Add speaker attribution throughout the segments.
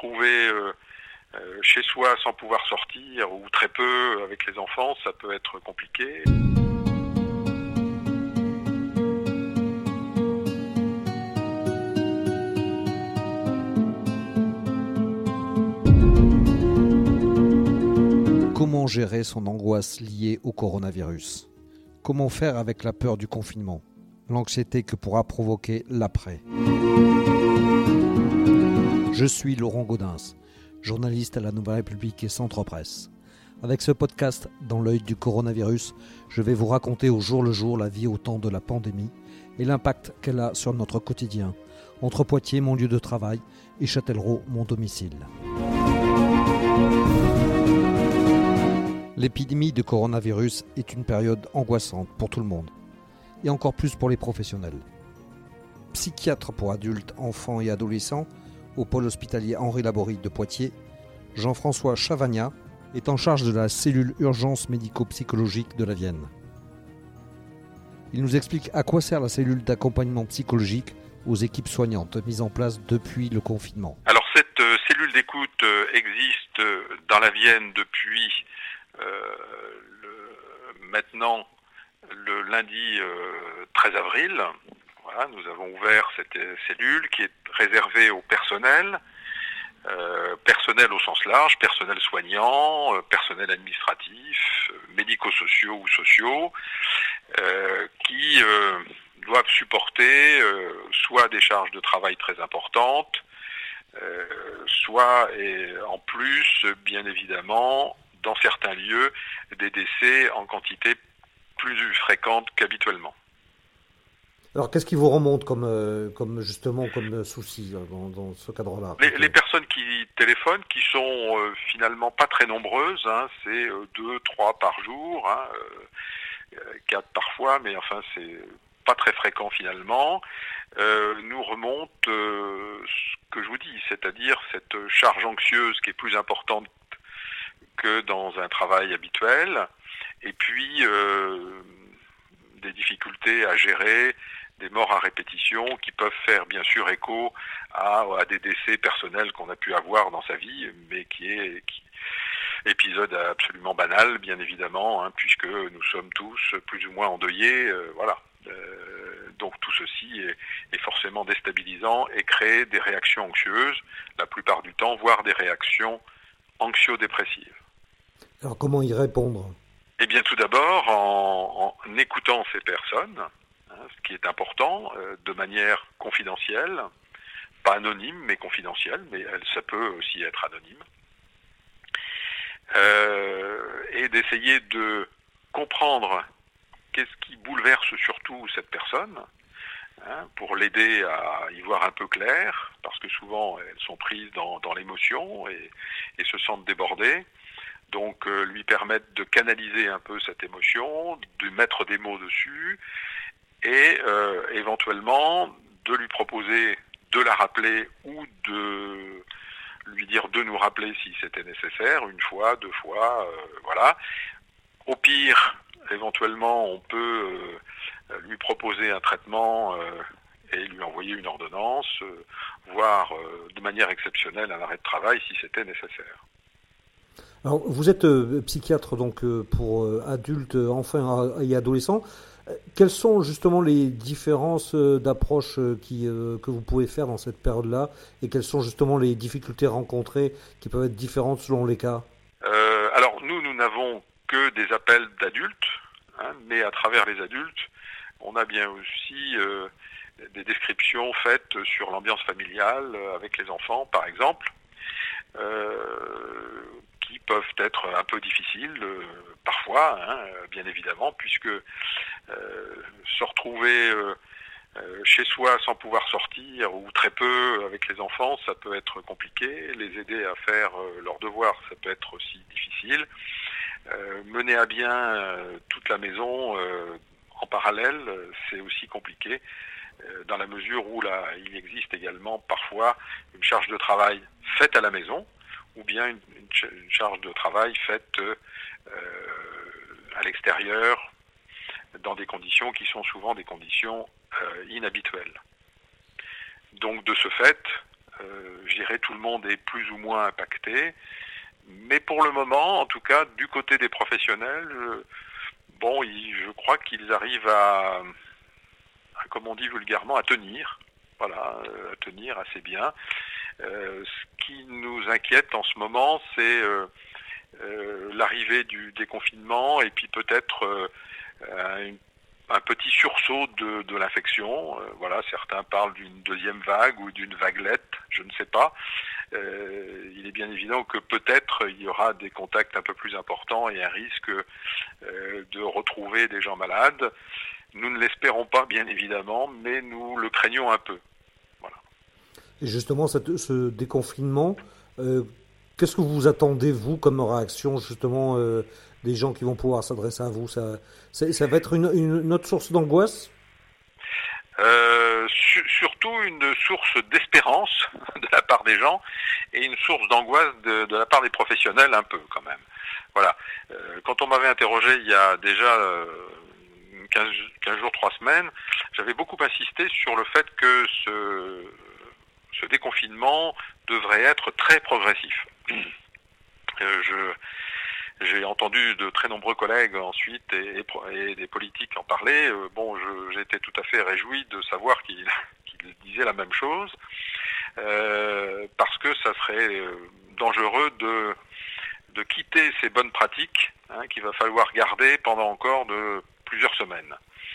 Speaker 1: retrouver chez soi sans pouvoir sortir ou très peu avec les enfants, ça peut être compliqué.
Speaker 2: Comment gérer son angoisse liée au coronavirus ? Comment faire avec la peur du confinement ? L'anxiété que pourra provoquer l'après. Je suis Laurent Gaudens, journaliste à la Nouvelle République et Centre Presse. Avec ce podcast, dans l'œil du coronavirus, je vais vous raconter au jour le jour la vie au temps de la pandémie et l'impact qu'elle a sur notre quotidien, entre Poitiers, mon lieu de travail, et Châtellerault, mon domicile. L'épidémie de coronavirus est une période angoissante pour tout le monde, et encore plus pour les professionnels. Psychiatre pour adultes, enfants et adolescents au pôle hospitalier Henri Laborie de Poitiers, Jean-François Chavagna est en charge de la cellule urgence médico-psychologique de la Vienne. Il nous explique à quoi sert la cellule d'accompagnement psychologique aux équipes soignantes mise en place depuis le confinement.
Speaker 1: Alors cette cellule d'écoute existe dans la Vienne depuis maintenant le lundi 13 avril. Voilà, nous avons ouvert cette cellule qui est réservée au personnel, personnel au sens large, personnel soignant, personnel administratif, médico-sociaux ou sociaux, qui doivent supporter soit des charges de travail très importantes, soit et en plus, bien évidemment, dans certains lieux, des décès en quantité plus fréquente qu'habituellement.
Speaker 2: Alors, qu'est-ce qui vous remonte comme souci dans ce cadre-là ?
Speaker 1: Les personnes qui téléphonent, qui sont finalement pas très nombreuses, c'est 2, 3 par jour, 4 parfois, mais enfin c'est pas très fréquent finalement, nous remonte ce que je vous dis, c'est-à-dire cette charge anxieuse qui est plus importante que dans un travail habituel, et puis des difficultés à gérer des morts à répétition qui peuvent faire bien sûr écho à des décès personnels qu'on a pu avoir dans sa vie, mais qui est épisode absolument banal, bien évidemment, puisque nous sommes tous plus ou moins endeuillés, voilà. Donc tout ceci est forcément déstabilisant et crée des réactions anxieuses, la plupart du temps, voire des réactions anxio-dépressives.
Speaker 2: Alors comment y répondre ?
Speaker 1: Eh bien tout d'abord en écoutant ces personnes, ce qui est important, de manière confidentielle, pas anonyme mais confidentielle, mais ça peut aussi être anonyme, et d'essayer de comprendre qu'est-ce qui bouleverse surtout cette personne, pour l'aider à y voir un peu clair, parce que souvent elles sont prises dans l'émotion et se sentent débordées. Donc lui permettre de canaliser un peu cette émotion, de mettre des mots dessus et éventuellement de lui proposer de la rappeler ou de lui dire de nous rappeler si c'était nécessaire, 1 fois, 2 fois, voilà. Au pire, éventuellement, on peut lui proposer un traitement et lui envoyer une ordonnance, voire de manière exceptionnelle un arrêt de travail si c'était nécessaire.
Speaker 2: Alors, vous êtes psychiatre donc pour adultes, enfants et adolescents. Quelles sont justement les différences d'approche que vous pouvez faire dans cette période-là, et quelles sont justement les difficultés rencontrées qui peuvent être différentes selon les cas ?
Speaker 1: Alors nous n'avons que des appels d'adultes, mais à travers les adultes, on a bien aussi des descriptions faites sur l'ambiance familiale avec les enfants, par exemple, qui peuvent être un peu difficiles parfois, bien évidemment, puisque se retrouver chez soi sans pouvoir sortir ou très peu avec les enfants, ça peut être compliqué. Les aider à faire leurs devoirs, ça peut être aussi difficile. Mener à bien toute la maison en parallèle, c'est aussi compliqué, dans la mesure où là, il existe également parfois une charge de travail faite à la maison, ou bien une charge de travail faite à l'extérieur, dans des conditions qui sont souvent des conditions inhabituelles. Donc de ce fait, je dirais tout le monde est plus ou moins impacté. Mais pour le moment, en tout cas, du côté des professionnels, je crois qu'ils arrivent comme on dit vulgairement, à tenir. Voilà, à tenir assez bien. Ce qui nous inquiète en ce moment, c'est l'arrivée du déconfinement et puis peut-être un petit sursaut de l'infection. Voilà, certains parlent d'une deuxième vague ou d'une vaguelette, je ne sais pas. Il est bien évident que peut-être il y aura des contacts un peu plus importants et un risque de retrouver des gens malades. Nous ne l'espérons pas, bien évidemment, mais nous le craignons un peu. Voilà.
Speaker 2: Et justement, ce déconfinement, qu'est-ce que vous attendez, vous, comme réaction, justement, des gens qui vont pouvoir s'adresser à vous? Ça va être une autre source d'angoisse?
Speaker 1: Surtout une source d'espérance de la part des gens et une source d'angoisse de la part des professionnels un peu quand même. Voilà. Quand on m'avait interrogé il y a déjà 15 jours, 3 semaines, j'avais beaucoup insisté sur le fait que ce déconfinement devrait être très progressif. J'ai entendu de très nombreux collègues ensuite et des politiques en parler. J'étais tout à fait réjoui de savoir qu'ils disaient la même chose, parce que ça serait dangereux de quitter ces bonnes pratiques qu'il va falloir garder pendant encore de plusieurs semaines.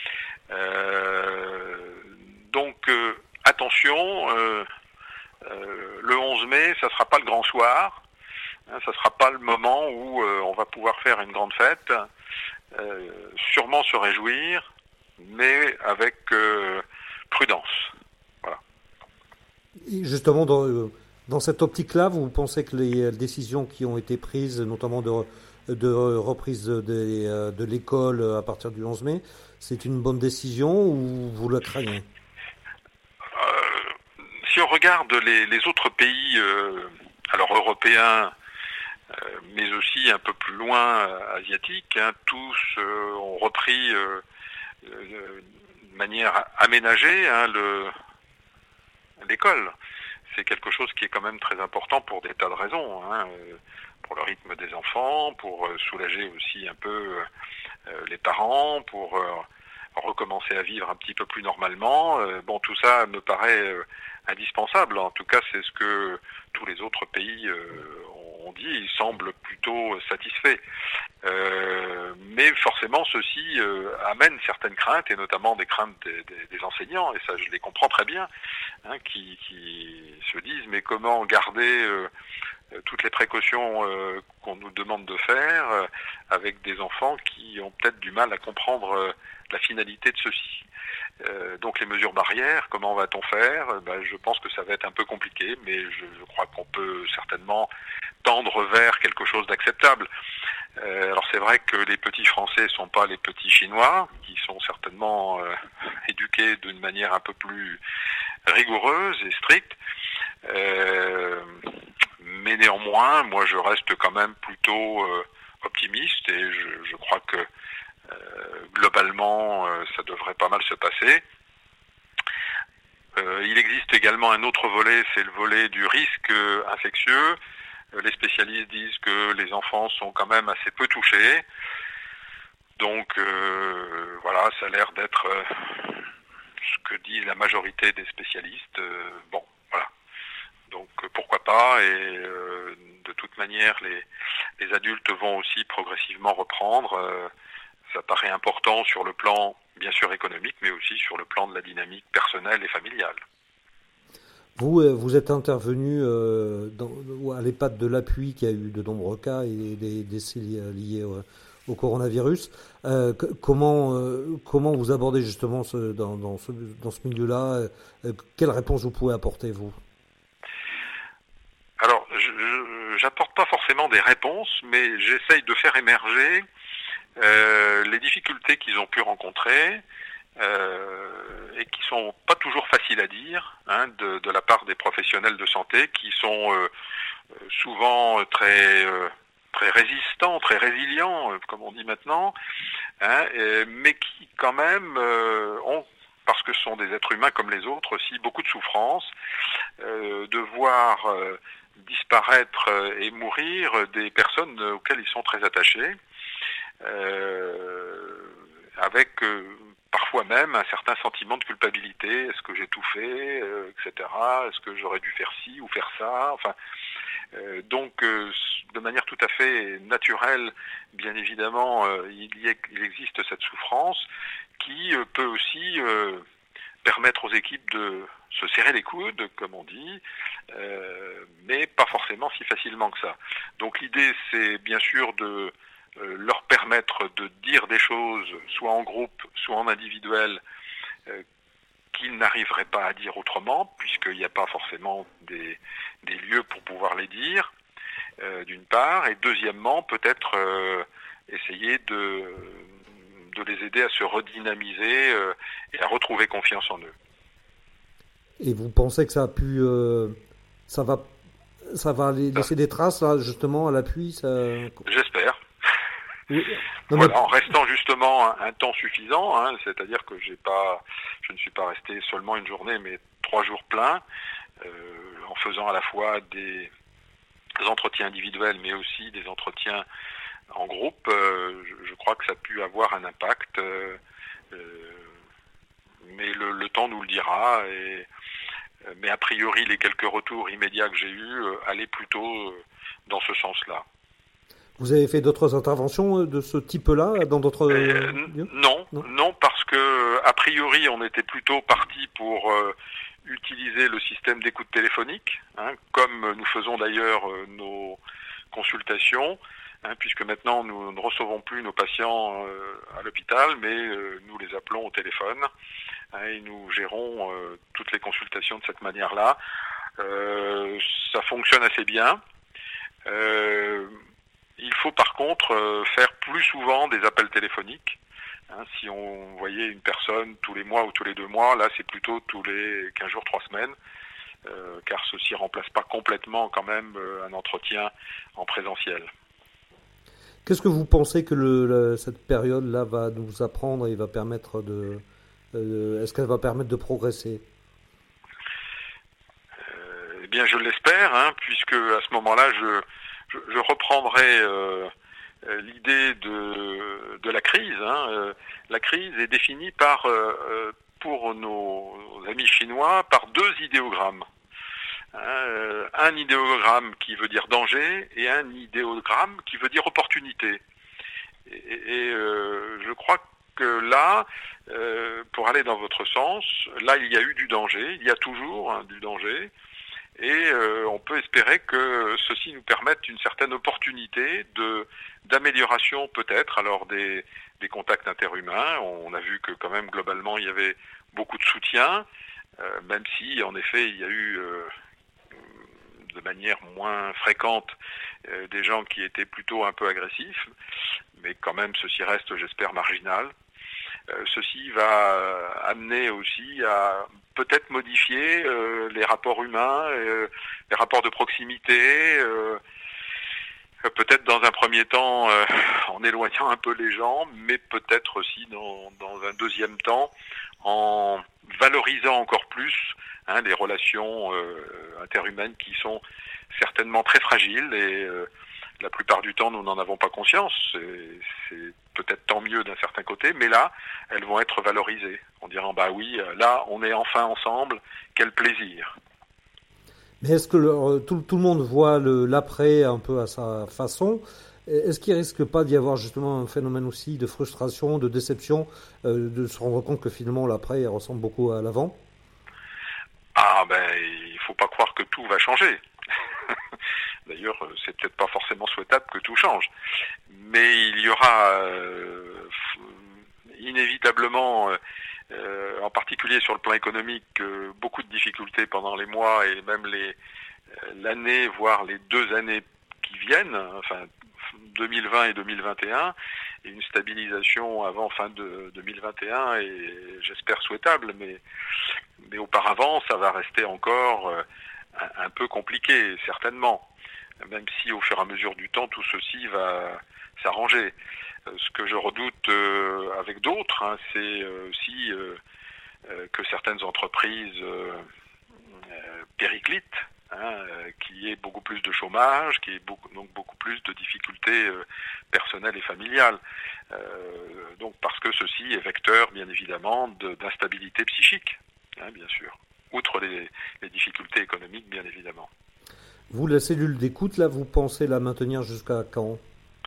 Speaker 1: Attention, le 11 mai, ça sera pas le grand soir. Ça sera pas le moment où on va pouvoir faire une grande fête, sûrement se réjouir, mais avec prudence. Voilà.
Speaker 2: Et justement, dans cette optique-là, vous pensez que les décisions qui ont été prises, notamment de reprise de l'école à partir du 11 mai, c'est une bonne décision ou vous la craignez?
Speaker 1: Si on regarde les autres pays, alors européens, mais aussi un peu plus loin asiatiques, tous ont repris de manière aménagée l'école. C'est quelque chose qui est quand même très important pour des tas de raisons, pour le rythme des enfants, pour soulager aussi un peu les parents, pour recommencer à vivre un petit peu plus normalement. Tout ça me paraît indispensable. En tout cas, c'est ce que tous les autres pays ont dit. Ils semblent plutôt satisfaits. Mais forcément, ceci amène certaines craintes, et notamment des craintes des enseignants, et ça je les comprends très bien, qui se disent mais comment garder toutes les précautions qu'on nous demande de faire avec des enfants qui ont peut-être du mal à comprendre la finalité de ceci. Donc les mesures barrières, comment va-t-on faire? Je pense que ça va être un peu compliqué, mais je crois qu'on peut certainement tendre vers quelque chose d'acceptable. Alors c'est vrai que les petits Français sont pas les petits Chinois, qui sont certainement éduqués d'une manière un peu plus rigoureuse et stricte. Mais néanmoins, moi je reste quand même plutôt optimiste et je crois que globalement ça devrait pas mal se passer. Il existe également un autre volet, c'est le volet du risque infectieux. Les spécialistes disent que les enfants sont quand même assez peu touchés. Donc voilà, ça a l'air d'être ce que dit la majorité des spécialistes. Voilà. Donc pourquoi pas, et de toute manière les adultes vont aussi progressivement reprendre. Ça paraît important sur le plan bien sûr économique, mais aussi sur le plan de la dynamique personnelle et familiale.
Speaker 2: Vous êtes intervenu à l'EHPAD de l'Appui, qui a eu de nombreux cas et des décès liés au coronavirus. Comment vous abordez justement dans ce milieu-là? Quelle réponse vous pouvez apporter, vous?
Speaker 1: Alors, j'apporte pas forcément des réponses, mais j'essaye de faire émerger les difficultés qu'ils ont pu rencontrer, et qui sont pas toujours faciles à dire, de la part des professionnels de santé, qui sont souvent très résistants, très résilients, comme on dit maintenant, mais qui quand même ont parce que ce sont des êtres humains comme les autres aussi, beaucoup de souffrance, de voir disparaître et mourir des personnes auxquelles ils sont très attachés, avec parfois même un certain sentiment de culpabilité. Est-ce que j'ai tout fait, etc. Est-ce que j'aurais dû faire ci ou faire ça, enfin. Donc, de manière tout à fait naturelle, bien évidemment, il existe cette souffrance qui peut aussi permettre aux équipes de se serrer les coudes, comme on dit, mais pas forcément si facilement que ça. Donc l'idée, c'est bien sûr de leur permettre de dire des choses, soit en groupe, soit en individuel, qu'ils n'arriveraient pas à dire autrement, puisqu'il n'y a pas forcément des lieux pour pouvoir les dire, d'une part, et deuxièmement, peut-être essayer de les aider à se redynamiser et à retrouver confiance en eux.
Speaker 2: Et vous pensez que ça a pu, ça va laisser des traces là, justement à l'appui, ça...
Speaker 1: J'espère.
Speaker 2: Oui.
Speaker 1: Non, voilà, en restant justement un temps suffisant, hein, c'est-à-dire que je ne suis pas resté seulement une journée, mais 3 jours pleins, en faisant à la fois des entretiens individuels, mais aussi des entretiens en groupe. Je crois que ça a pu avoir un impact, mais le temps nous le dira. Mais a priori, les quelques retours immédiats que j'ai eus allaient plutôt dans ce sens-là.
Speaker 2: Vous avez fait d'autres interventions de ce type-là dans d'autres lieux ?
Speaker 1: Non, parce que a priori, on était plutôt parti pour utiliser le système d'écoute téléphonique, hein, comme nous faisons d'ailleurs nos consultations, hein, puisque maintenant nous ne recevons plus nos patients à l'hôpital, mais nous les appelons au téléphone, hein, et nous gérons toutes les consultations de cette manière-là. Ça fonctionne assez bien. Il faut par contre faire plus souvent des appels téléphoniques. Hein, si on voyait une personne tous les mois ou tous les 2 mois, là c'est plutôt tous les 15 jours, 3 semaines, car ceci ne remplace pas complètement quand même un entretien en présentiel.
Speaker 2: Qu'est-ce que vous pensez que cette période-là va nous apprendre et va permettre est-ce qu'elle va permettre de progresser ?
Speaker 1: Eh bien je l'espère, hein, puisque à ce moment-là je reprendrai l'idée de la crise. Hein. La crise est définie pour nos amis chinois par 2 idéogrammes. Un idéogramme qui veut dire danger et un idéogramme qui veut dire opportunité. Et je crois que là, pour aller dans votre sens, là il y a eu du danger, il y a toujours du danger. Et on peut espérer que ceci nous permette une certaine opportunité d'amélioration peut-être alors des contacts interhumains. On a vu que quand même globalement il y avait beaucoup de soutien, même si en effet il y a eu de manière moins fréquente des gens qui étaient plutôt un peu agressifs, mais quand même ceci reste, j'espère, marginal. Ceci va amener aussi à peut-être modifier les rapports humains, les rapports de proximité, peut-être dans un premier temps en éloignant un peu les gens, mais peut-être aussi dans un deuxième temps en valorisant encore plus les relations interhumaines qui sont certainement très fragiles et la plupart du temps, nous n'en avons pas conscience. C'est peut-être tant mieux d'un certain côté, mais là, elles vont être valorisées en disant, bah oui, là, on est enfin ensemble, quel plaisir.
Speaker 2: Mais est-ce que tout le monde voit l'après un peu à sa façon ? Est-ce qu'il ne risque pas d'y avoir justement un phénomène aussi de frustration, de déception, de se rendre compte que finalement l'après ressemble beaucoup à l'avant ?
Speaker 1: Ah ben, il faut pas croire que tout va changer. D'ailleurs, c'est peut-être pas forcément souhaitable que tout change. Mais il y aura inévitablement, en particulier sur le plan économique, beaucoup de difficultés pendant les mois et même l'année, voire les 2 années qui viennent, enfin 2020 et 2021, et une stabilisation avant fin de 2021 et j'espère souhaitable, mais auparavant ça va rester encore un peu compliqué, certainement. Même si au fur et à mesure du temps, tout ceci va s'arranger. Ce que je redoute avec d'autres, c'est aussi que certaines entreprises périclitent, qui ait beaucoup plus de chômage, qui ait donc beaucoup plus de difficultés personnelles et familiales. Donc parce que ceci est vecteur, bien évidemment, d'instabilité psychique, bien sûr, outre les difficultés économiques, bien évidemment.
Speaker 2: Vous, la cellule d'écoute, là, vous pensez la maintenir jusqu'à quand ?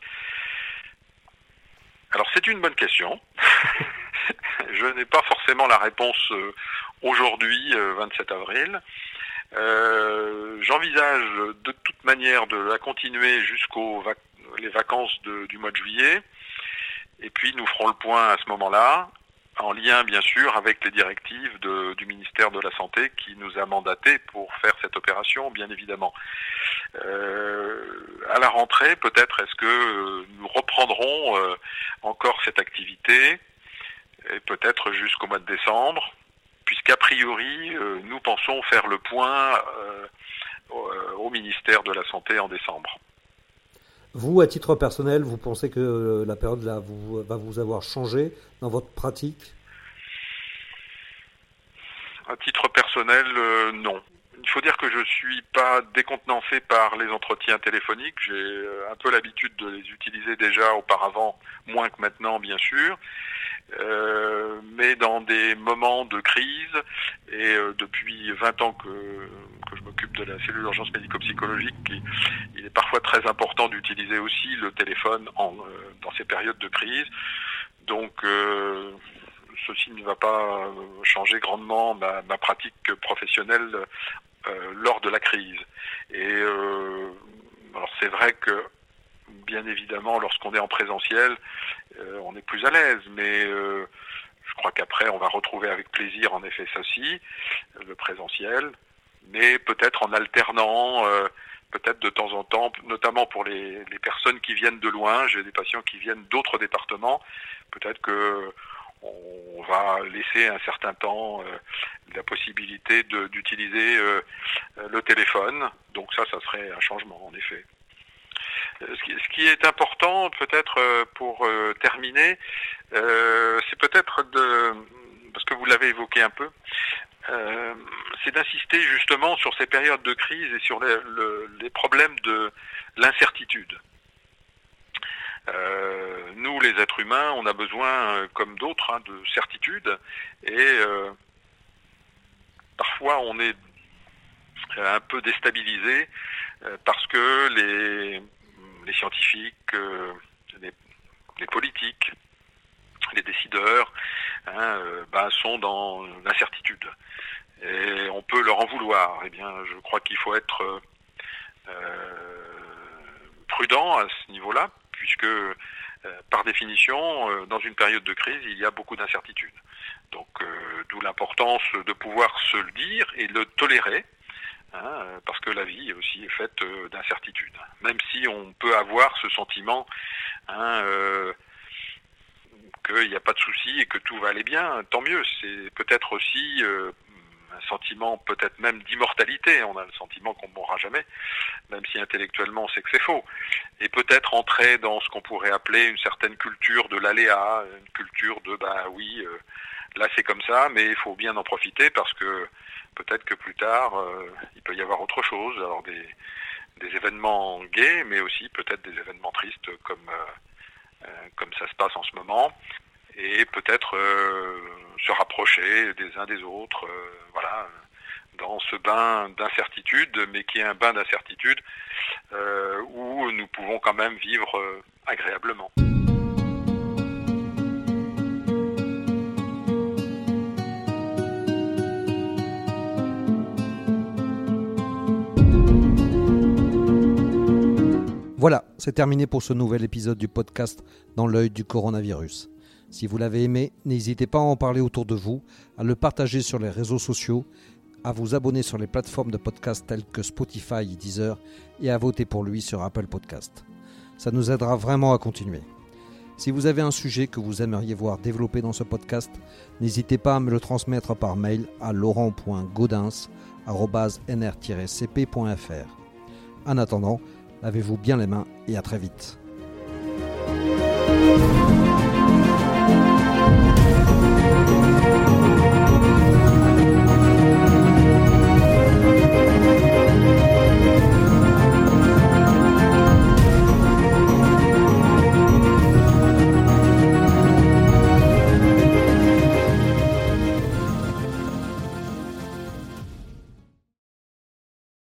Speaker 1: Alors c'est une bonne question. Je n'ai pas forcément la réponse aujourd'hui, 27 avril. J'envisage de toute manière de la continuer jusqu'aux les vacances du mois de juillet. Et puis nous ferons le point à ce moment-là, en lien bien sûr avec les directives du ministère de la Santé qui nous a mandatés pour faire cette opération, bien évidemment. À la rentrée, peut-être est-ce que nous reprendrons encore cette activité, et peut-être jusqu'au mois de décembre, puisqu'a priori, nous pensons faire le point au ministère de la Santé en décembre.
Speaker 2: Vous, à titre personnel, vous pensez que la période là va vous avoir changé dans votre pratique ?
Speaker 1: À titre personnel, non. Il faut dire que je suis pas décontenancé par les entretiens téléphoniques. J'ai un peu l'habitude de les utiliser déjà auparavant, moins que maintenant, bien sûr. Mais dans des moments de crise, et depuis 20 ans que je m'occupe de la cellule d'urgence médico-psychologique, il est parfois très important d'utiliser aussi le téléphone dans ces périodes de crise. Donc ceci ne va pas changer grandement ma pratique professionnelle lors de la crise. Et alors c'est vrai que bien évidemment lorsqu'on est en présentiel, on est plus à l'aise, mais je crois qu'après on va retrouver avec plaisir en effet ceci, le présentiel, mais peut-être en alternant, peut-être de temps en temps, notamment pour les personnes qui viennent de loin. J'ai des patients qui viennent d'autres départements, peut-être que on va laisser un certain temps la possibilité d'utiliser le téléphone. Donc ça serait un changement en effet. Ce qui est important peut-être pour terminer, c'est peut-être parce que vous l'avez évoqué un peu, c'est d'insister justement sur ces périodes de crise et sur les problèmes de l'incertitude. Nous, les êtres humains, on a besoin, comme d'autres, de certitude, et parfois on est un peu déstabilisé parce que les scientifiques, les politiques, les décideurs sont dans l'incertitude. Et on peut leur en vouloir. Eh bien, je crois qu'il faut être prudent à ce niveau-là, puisque par définition, dans une période de crise, il y a beaucoup d'incertitudes. Donc, d'où l'importance de pouvoir se le dire et le tolérer, parce que la vie aussi est faite d'incertitudes. Même si on peut avoir ce sentiment qu'il n'y a pas de souci et que tout va aller bien, tant mieux. C'est peut-être aussi un sentiment peut-être même d'immortalité. On a le sentiment qu'on ne mourra jamais, même si intellectuellement on sait que c'est faux. Et peut-être entrer dans ce qu'on pourrait appeler une certaine culture de l'aléa, une culture de là c'est comme ça, mais il faut bien en profiter parce que peut-être que plus tard il peut y avoir autre chose. Alors des événements gais, mais aussi peut-être des événements tristes comme ça se passe en ce moment. Et peut-être se rapprocher des uns des autres, dans ce bain d'incertitude, mais qui est un bain d'incertitude où nous pouvons quand même vivre agréablement.
Speaker 2: Voilà, c'est terminé pour ce nouvel épisode du podcast Dans l'œil du coronavirus. Si vous l'avez aimé, n'hésitez pas à en parler autour de vous, à le partager sur les réseaux sociaux, à vous abonner sur les plateformes de podcast telles que Spotify et Deezer et à voter pour lui sur Apple Podcast. Ça nous aidera vraiment à continuer. Si vous avez un sujet que vous aimeriez voir développé dans ce podcast, n'hésitez pas à me le transmettre par mail à laurent.gaudens@nr-cp.fr. En attendant, lavez-vous bien les mains et à très vite.